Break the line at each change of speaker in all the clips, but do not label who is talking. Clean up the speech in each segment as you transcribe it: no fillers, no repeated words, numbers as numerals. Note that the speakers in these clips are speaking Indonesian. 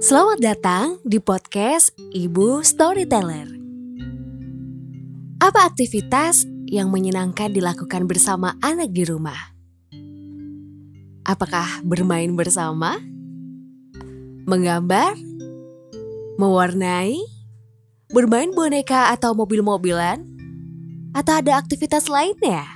Selamat datang di podcast Ibu Storyteller. Apa aktivitas yang menyenangkan dilakukan bersama anak di rumah? Apakah bermain bersama? Menggambar? Mewarnai? Bermain boneka atau mobil-mobilan? Atau ada aktivitas lainnya?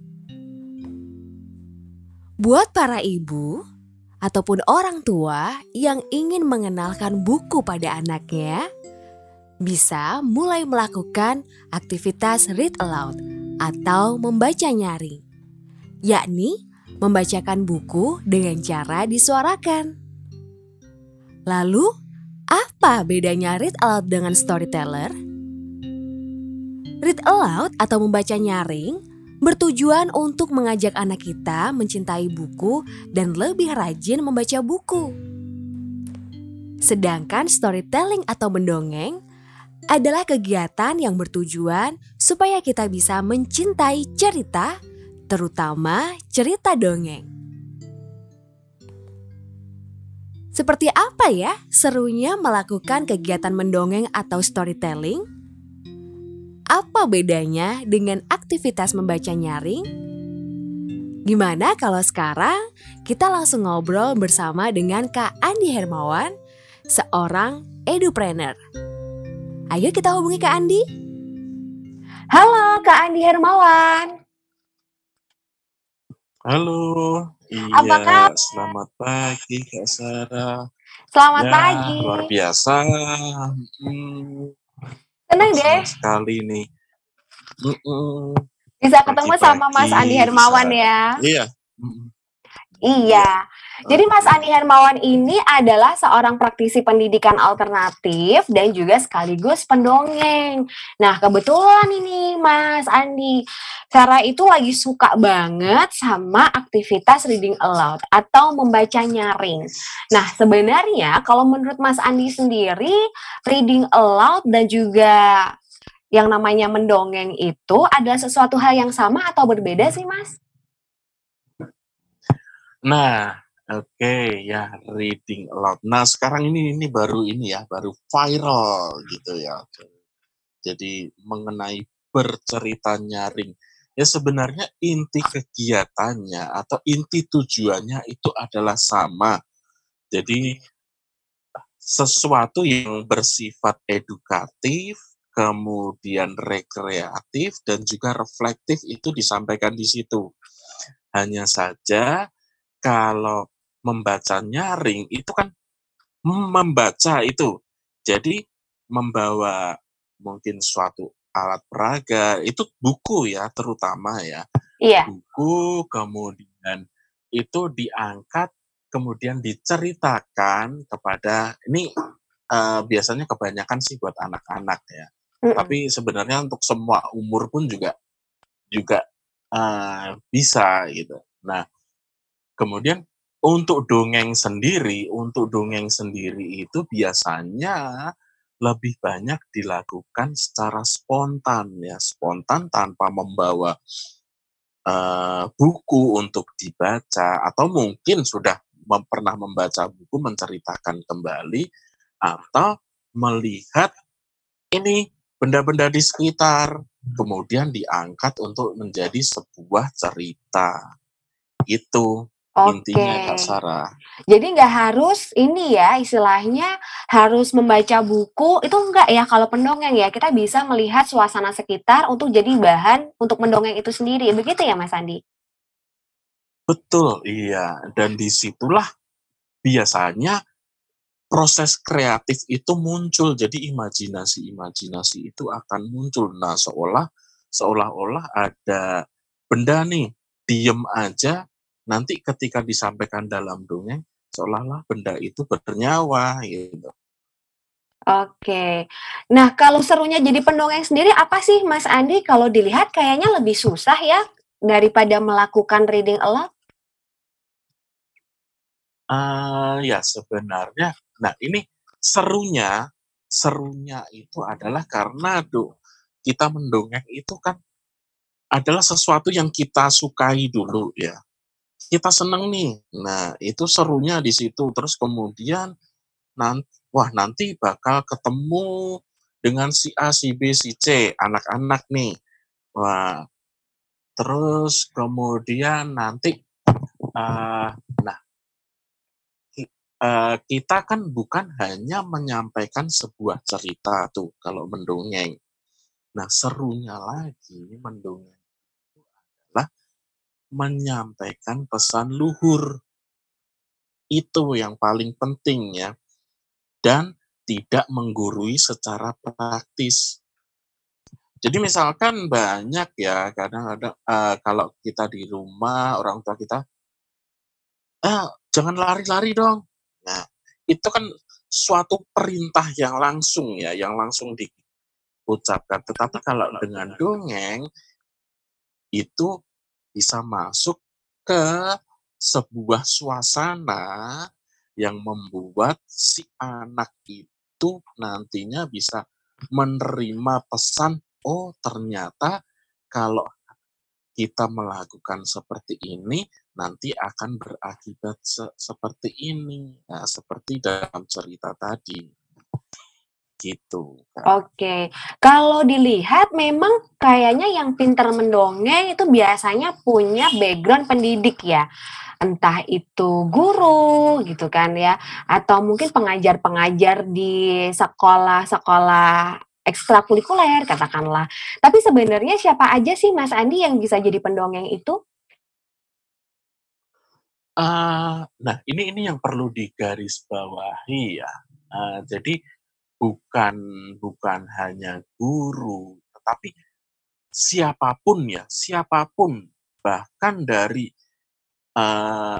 Buat para ibu ataupun orang tua yang ingin mengenalkan buku pada anaknya, bisa mulai melakukan aktivitas read aloud atau membaca nyaring, yakni membacakan buku dengan cara disuarakan. Lalu, apa bedanya read aloud dengan storyteller? Read aloud atau membaca nyaring bertujuan untuk mengajak anak kita mencintai buku dan lebih rajin membaca buku. Sedangkan storytelling atau mendongeng adalah kegiatan yang bertujuan supaya kita bisa mencintai cerita, terutama cerita dongeng. Seperti apa ya serunya melakukan kegiatan mendongeng atau storytelling? Apa bedanya dengan aktivitas membaca nyaring? Gimana kalau sekarang kita langsung ngobrol bersama dengan Kak Andi Hermawan, seorang edupreneur. Ayo kita hubungi Kak Andi. Halo Kak Andi Hermawan.
Halo,
Apa kabar?
selamat pagi Kak Sarah.
Selamat pagi.
Luar biasa.
Senang deh
Senang sekali nih.
bisa ketemu sama Mas Andi Hermawan ya.
Iya.
Iya. Jadi Mas Andi Hermawan ini adalah seorang praktisi pendidikan alternatif dan juga sekaligus pendongeng. Nah, kebetulan ini Mas Andi, Sarah itu lagi suka banget sama aktivitas reading aloud atau membaca nyaring. Nah, sebenarnya kalau menurut Mas Andi sendiri, reading aloud dan juga yang namanya mendongeng itu adalah sesuatu hal yang sama atau berbeda sih, Mas?
Nah, oke ya, reading aloud. Nah, sekarang ini baru viral gitu ya. Jadi mengenai bercerita nyaring. Ya sebenarnya inti kegiatannya atau inti tujuannya itu adalah sama. Jadi sesuatu yang bersifat edukatif, kemudian rekreatif dan juga reflektif itu disampaikan di situ. Hanya saja kalau membaca nyaring itu kan membaca itu. Jadi membawa mungkin suatu alat peraga, itu buku ya terutama ya.
Iya.
Buku kemudian itu diangkat kemudian diceritakan kepada ini biasanya kebanyakan sih buat anak-anak ya. Tapi sebenarnya untuk semua umur pun juga bisa gitu. Nah, kemudian untuk dongeng sendiri itu biasanya lebih banyak dilakukan secara spontan ya, spontan tanpa membawa buku untuk dibaca atau mungkin sudah pernah membaca buku menceritakan kembali atau melihat ini benda-benda di sekitar kemudian diangkat untuk menjadi sebuah cerita. Itu intinya Kak Sarah.
Jadi nggak harus ini ya istilahnya harus membaca buku itu enggak ya kalau pendongeng ya kita bisa melihat suasana sekitar untuk jadi bahan untuk mendongeng itu sendiri begitu ya Mas Andi?
Betul, iya. Dan disitulah biasanya proses kreatif itu muncul. Jadi imajinasi itu akan muncul. Nah, seolah-olah ada benda nih, diem aja, nanti ketika disampaikan dalam dongeng, seolah-olah benda itu bernyawa gitu.
Oke. Nah, kalau serunya jadi pendongeng sendiri apa sih Mas Andi? Kalau dilihat kayaknya lebih susah ya daripada melakukan reading aloud.
Ya sebenarnya, nah ini serunya itu adalah karena kita mendongeng itu kan adalah sesuatu yang kita sukai dulu ya. Kita seneng nih. Nah, itu serunya di situ. Terus kemudian wah nanti bakal ketemu dengan si A, si B, si C, anak-anak nih. Wah, terus kemudian nanti, nah kita kan bukan hanya menyampaikan sebuah cerita tuh kalau mendongeng. Nah, serunya lagi mendongeng itu adalah menyampaikan pesan luhur. Itu yang paling penting ya, dan tidak menggurui secara praktis. Jadi misalkan banyak ya kadang-kadang, kalau kita di rumah orang tua kita, jangan lari-lari dong." Nah, itu kan suatu perintah yang langsung ya, yang langsung diucapkan. Tetapi kalau dengan dongeng, itu bisa masuk ke sebuah suasana yang membuat si anak itu nantinya bisa menerima pesan, "Oh ternyata kalau kita melakukan seperti ini, nanti akan berakibat seperti ini." Nah, seperti dalam cerita tadi, gitu, Kak.
Oke, kalau dilihat memang kayaknya yang pintar mendongeng itu biasanya punya background pendidik ya. Entah itu guru gitu kan ya, atau mungkin pengajar-pengajar di sekolah-sekolah ekstrakurikuler katakanlah. Tapi sebenarnya siapa aja sih Mas Andi yang bisa jadi pendongeng itu?
Nah ini yang perlu digarisbawahi ya, jadi bukan bukan hanya guru, tetapi siapapun ya, siapapun bahkan dari, eee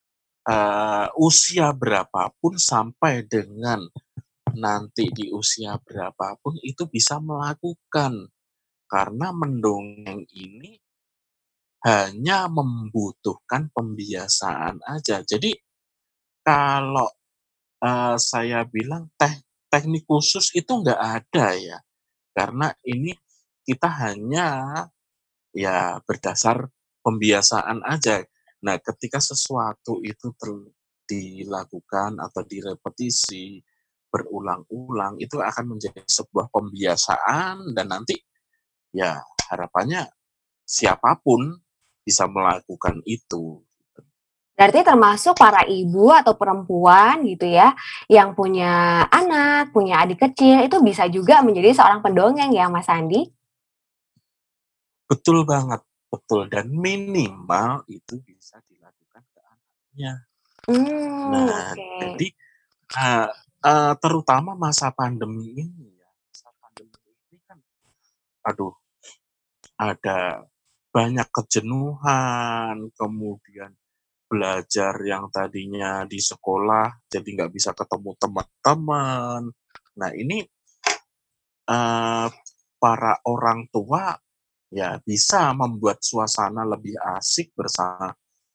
usia berapapun sampai dengan nanti di usia berapapun itu bisa melakukan. Karena mendongeng ini hanya membutuhkan pembiasaan aja. Jadi kalau, saya bilang teknik khusus itu nggak ada ya, karena ini kita hanya ya berdasar pembiasaan aja. Nah, ketika sesuatu itu dilakukan atau direpetisi berulang-ulang, itu akan menjadi sebuah pembiasaan dan nanti ya harapannya siapapun bisa melakukan itu.
Berarti termasuk para ibu atau perempuan gitu ya, yang punya anak, punya adik kecil, itu bisa juga menjadi seorang pendongeng ya Mas Andi?
Betul banget, betul, dan minimal itu bisa dilakukan ke anaknya. Nah,
Oke.
jadi, eee terutama masa pandemi ini ya, masa pandemi ini kan aduh ada banyak kejenuhan, kemudian belajar yang tadinya di sekolah jadi nggak bisa ketemu teman-teman. Nah ini, eee, para orang tua ya bisa membuat suasana lebih asik bersama,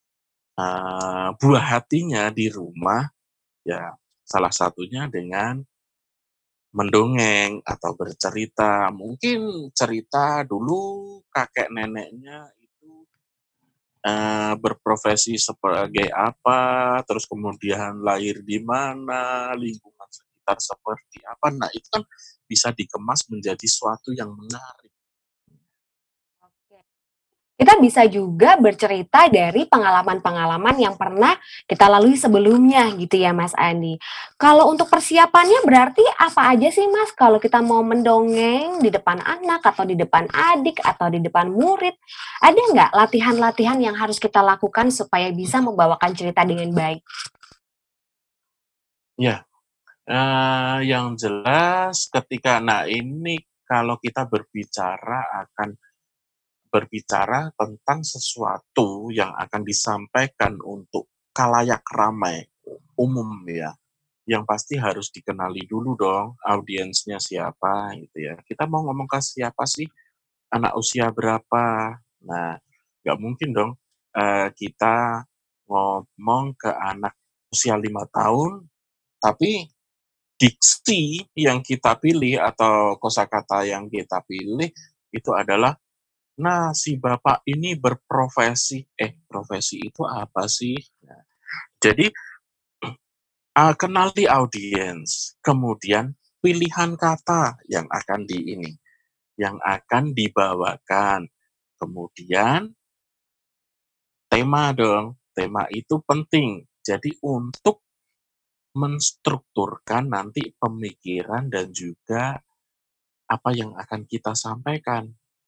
buah hatinya di rumah, ya salah satunya dengan mendongeng atau bercerita. Mungkin cerita dulu kakek neneknya itu, berprofesi sebagai apa, terus kemudian lahir di mana, lingkungan sekitar seperti apa. Nah, itu kan bisa dikemas menjadi suatu yang menarik.
Kita bisa juga bercerita dari pengalaman-pengalaman yang pernah kita lalui sebelumnya gitu ya Mas Andi. Kalau untuk persiapannya berarti apa aja sih Mas kalau kita mau mendongeng di depan anak atau di depan adik atau di depan murid? Ada nggak latihan-latihan yang harus kita lakukan supaya bisa membawakan cerita dengan baik?
Ya, yang jelas ketika ini kalau kita berbicara tentang sesuatu yang akan disampaikan untuk khalayak ramai, umum ya, yang pasti harus dikenali dulu dong audiensnya siapa gitu ya. Kita mau ngomong ke siapa sih, anak usia berapa. Nah, nggak mungkin dong, kita ngomong ke anak usia 5 tahun, tapi diksi yang kita pilih atau kosakata yang kita pilih itu adalah, "Nah, si bapak ini berprofesi." Profesi itu apa sih? Nah, jadi Kenali audiens, kemudian pilihan kata yang akan dibawakan, kemudian tema dong, tema itu penting. Jadi untuk menstrukturkan nanti pemikiran dan juga apa yang akan kita sampaikan.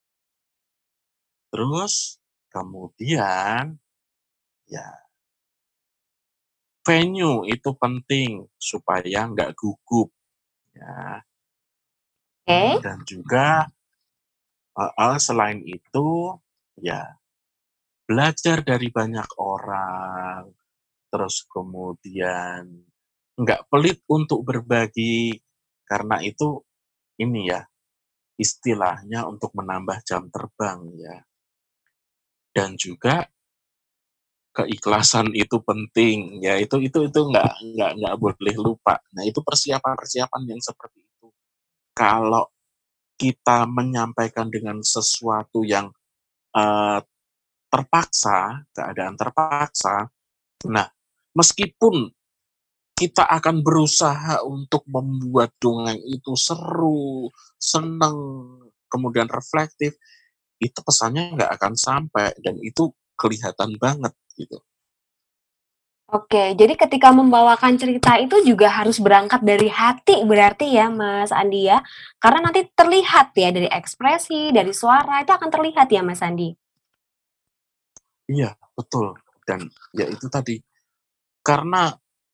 Terus kemudian ya venue itu penting supaya nggak gugup ya.
Oke.
Dan juga selain itu ya belajar dari banyak orang, terus kemudian nggak pelit untuk berbagi karena itu ini ya istilahnya untuk menambah jam terbang ya. Dan juga keikhlasan itu penting, ya itu nggak boleh lupa. Nah, itu persiapan-persiapan yang seperti itu. Kalau kita menyampaikan dengan sesuatu yang, terpaksa, keadaan terpaksa, nah meskipun kita akan berusaha untuk membuat dongeng itu seru, seneng, kemudian reflektif, itu pesannya nggak akan sampai dan itu kelihatan banget gitu.
Oke, jadi ketika membawakan cerita itu juga harus berangkat dari hati berarti ya Mas Andi ya? Karena nanti terlihat ya dari ekspresi, dari suara itu akan terlihat ya Mas Andi?
Iya, betul. Dan ya itu tadi, karena,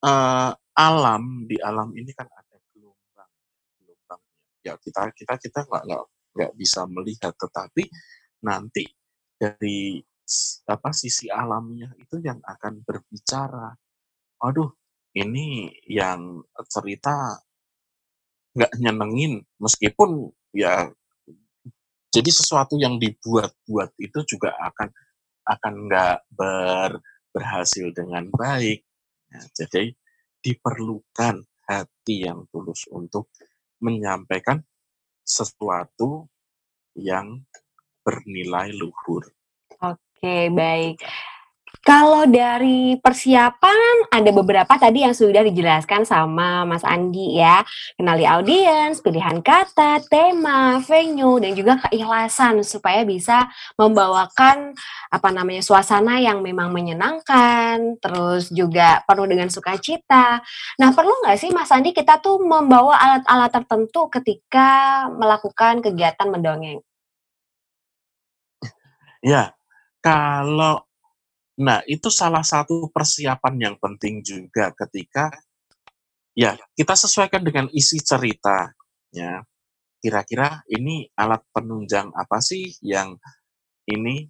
di alam ini kan ada gelombang gelombang ya kita kita kita nggak bisa melihat, tetapi nanti dari sisi alamnya itu yang akan berbicara. Aduh, ini yang cerita nggak nyenengin, meskipun ya jadi sesuatu yang dibuat-buat itu juga akan nggak berhasil dengan baik. Nah, jadi diperlukan hati yang tulus untuk menyampaikan sesuatu yang bernilai luhur.
Oke,
Gitu,
baik.
Kak.
Kalau dari persiapan, ada beberapa tadi yang sudah dijelaskan sama Mas Andi ya. Kenali audiens, pilihan kata, tema, venue, dan juga keikhlasan supaya bisa membawakan suasana yang memang menyenangkan, terus juga penuh dengan sukacita. Nah, perlu nggak sih Mas Andi kita tuh membawa alat-alat tertentu ketika melakukan kegiatan mendongeng?
Ya, kalau nah itu salah satu persiapan yang penting juga ketika ya kita sesuaikan dengan isi cerita ya. Kira-kira ini alat penunjang apa sih yang ini,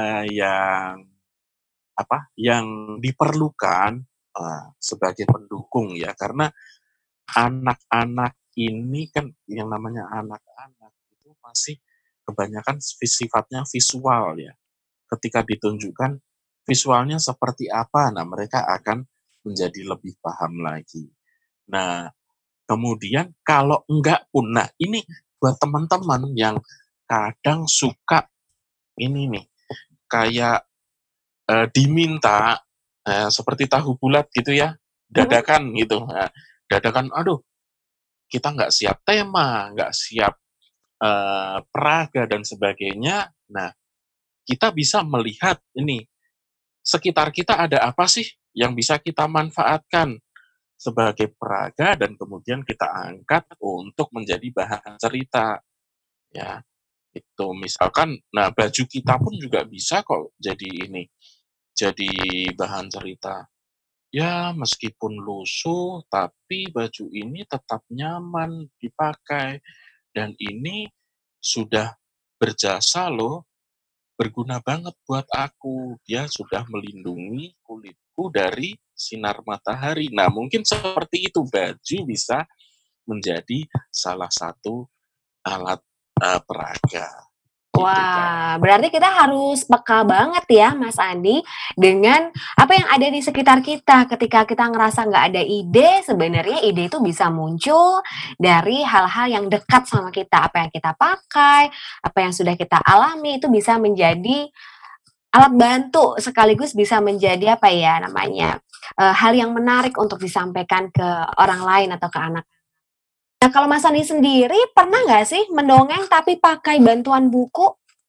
yang diperlukan, sebagai pendukung ya, karena anak-anak ini kan yang namanya anak-anak itu masih kebanyakan sifatnya visual ya. Ketika ditunjukkan visualnya seperti apa, nah mereka akan menjadi lebih paham lagi. Nah, kemudian kalau enggak pun, nah ini buat teman-teman yang kadang suka ini nih, kayak diminta, seperti tahu bulat gitu ya,
Mhm.
dadakan gitu, dadakan, aduh kita nggak siap tema, nggak siap, peraga dan sebagainya. Nah, kita bisa melihat ini, sekitar kita ada apa sih yang bisa kita manfaatkan sebagai peraga dan kemudian kita angkat untuk menjadi bahan cerita, ya. Itu misalkan, nah baju kita pun juga bisa kok jadi bahan cerita. Ya, meskipun lusuh, tapi baju ini tetap nyaman dipakai. Dan ini sudah berjasa loh, berguna banget buat aku. Dia sudah melindungi kulitku dari sinar matahari. Nah, mungkin seperti itu baju bisa menjadi salah satu alat peraga. Gitu, Kak.
Wah, berarti kita harus peka banget ya, Mas Andi, dengan apa yang ada di sekitar kita. Ketika kita ngerasa nggak ada ide, sebenarnya ide itu bisa muncul dari hal-hal yang dekat sama kita. Apa yang kita pakai, apa yang sudah kita alami, itu bisa menjadi alat bantu sekaligus bisa menjadi apa ya namanya, hal yang menarik untuk disampaikan ke orang lain atau ke anak. Nah, kalau Mas Andi sendiri pernah
Ya.
nggak sih mendongeng tapi pakai bantuan buku?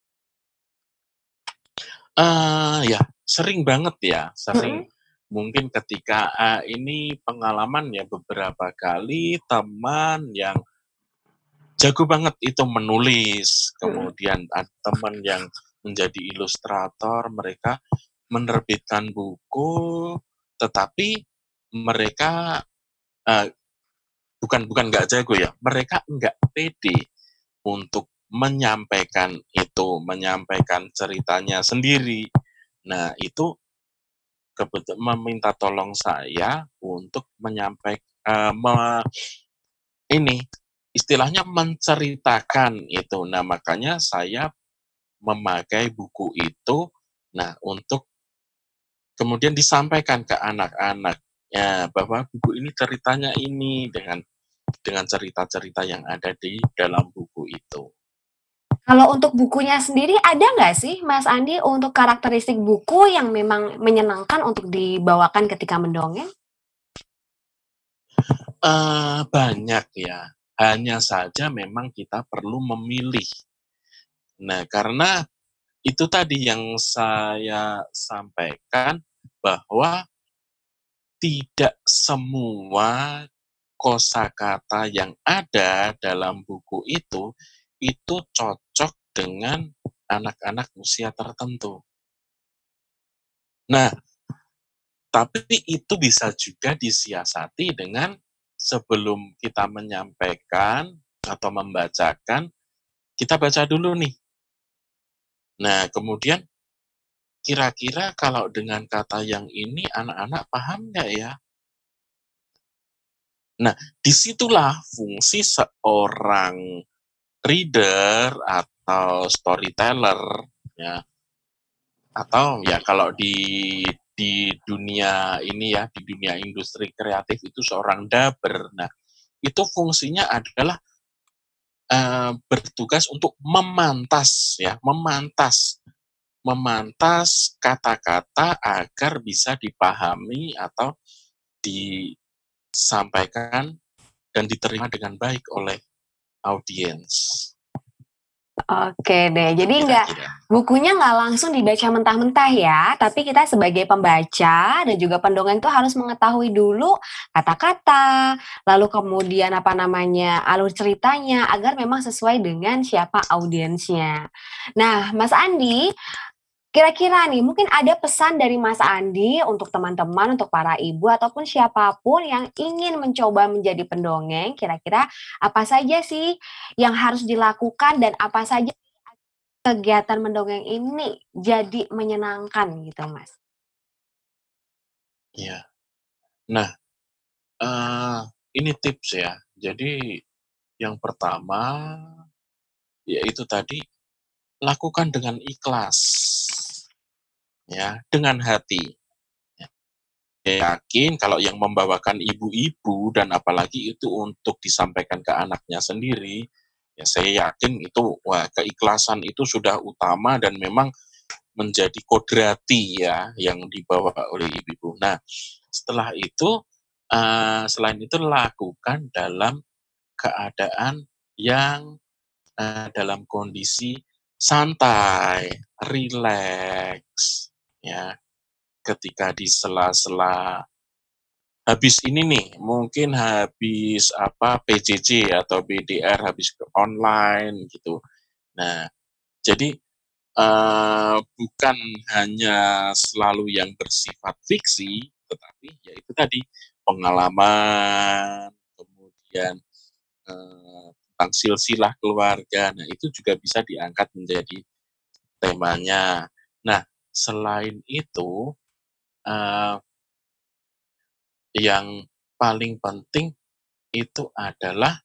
Ya sering banget ya, sering.
Mhm.
Mungkin ketika, ini pengalaman ya beberapa kali teman yang jago banget itu menulis,
Mhm.
kemudian ada teman yang menjadi ilustrator, mereka menerbitkan buku, tetapi mereka, eee, bukan bukan nggak jago ya, mereka nggak pede untuk menyampaikan itu, menyampaikan ceritanya sendiri. Nah, itu meminta tolong saya untuk ini, istilahnya menceritakan itu. Nah, makanya saya memakai buku itu, nah, untuk kemudian disampaikan ke anak-anak, ya, bahwa buku ini ceritanya ini, dengan cerita-cerita yang ada di dalam buku itu.
Kalau untuk bukunya sendiri ada nggak sih Mas Andi untuk karakteristik buku yang memang menyenangkan untuk dibawakan ketika mendongeng?
Banyak ya, hanya saja memang kita perlu memilih. Nah, karena itu tadi yang saya sampaikan, bahwa tidak semua kosakata yang ada dalam buku itu cocok dengan anak-anak usia tertentu. Nah, tapi itu bisa juga disiasati dengan sebelum kita menyampaikan atau membacakan, kita baca dulu nih. Nah, kemudian kira-kira kalau dengan kata yang ini anak-anak paham nggak ya? Nah, disitulah fungsi seorang reader atau storyteller, ya, atau ya kalau di dunia ini ya, di dunia industri kreatif itu seorang dubber. Nah, itu fungsinya adalah, bertugas untuk memantas ya, memantas kata-kata agar bisa dipahami atau disampaikan dan diterima dengan baik oleh audiens.
Oke deh,
Itu
jadi nggak
kira-kira.
bukunya nggak langsung dibaca mentah-mentah ya, tapi kita sebagai pembaca dan juga pendongeng tuh harus mengetahui dulu kata-kata, lalu kemudian apa namanya, alur ceritanya agar memang sesuai dengan siapa audiensnya. Nah, Mas Andi, kira-kira nih, mungkin ada pesan dari Mas Andi untuk teman-teman, untuk para ibu ataupun siapapun yang ingin mencoba menjadi pendongeng, kira-kira apa saja sih yang harus dilakukan dan apa saja kegiatan mendongeng ini jadi menyenangkan gitu, Mas?
Iya. Nah, eee, ini tips ya. Jadi yang pertama, yaitu tadi, lakukan dengan ikhlas, ya, dengan hati. Ya. Saya yakin kalau yang membawakan ibu-ibu dan apalagi itu untuk disampaikan ke anaknya sendiri, ya saya yakin itu, wah, keikhlasan itu sudah utama dan memang menjadi kodrati ya, yang dibawa oleh ibu-ibu. Nah, setelah itu, selain itu lakukan dalam keadaan yang, dalam kondisi santai, rileks, ya. Ketika di sela-sela habis ini nih, mungkin habis apa, PJJ atau BDR, habis ke online gitu. Nah, jadi, bukan hanya selalu yang bersifat fiksi, tetapi ya itu tadi, pengalaman, kemudian, tentang silsilah keluarga. Nah, itu juga bisa diangkat menjadi temanya. Nah, selain itu, eee, yang paling penting itu adalah,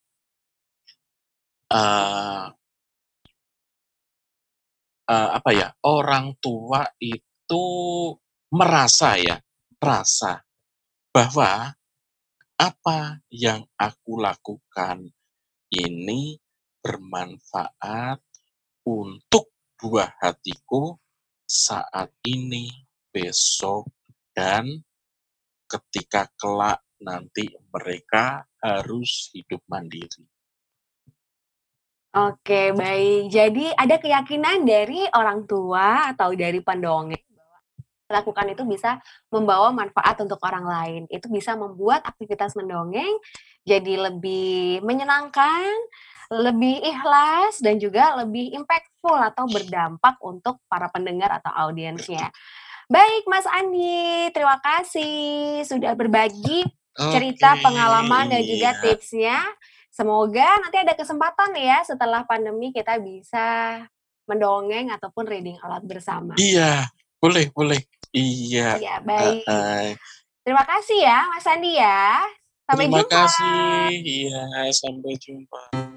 eee apa ya, orang tua itu merasa ya, merasa bahwa apa yang aku lakukan ini bermanfaat untuk buah hatiku saat ini, besok, dan ketika kelak nanti mereka harus hidup mandiri.
Oke, baik. Jadi ada keyakinan dari orang tua atau dari pendongeng bahwa lakukan itu bisa membawa manfaat untuk orang lain. Itu bisa membuat aktivitas mendongeng jadi lebih menyenangkan, lebih ikhlas, dan juga lebih impactful atau berdampak untuk para pendengar atau audiensnya. Baik, Mas Andi, terima kasih sudah berbagi cerita,
Oke,
pengalaman, dan juga
iya.
tipsnya. Semoga nanti ada kesempatan ya setelah pandemi kita bisa mendongeng ataupun reading aloud bersama.
Iya, boleh boleh. Iya,
Iya, baik.
heeh.
Terima kasih ya, Mas Andi ya. Sampai
Terima
jumpa.
kasih, iya, sampai jumpa.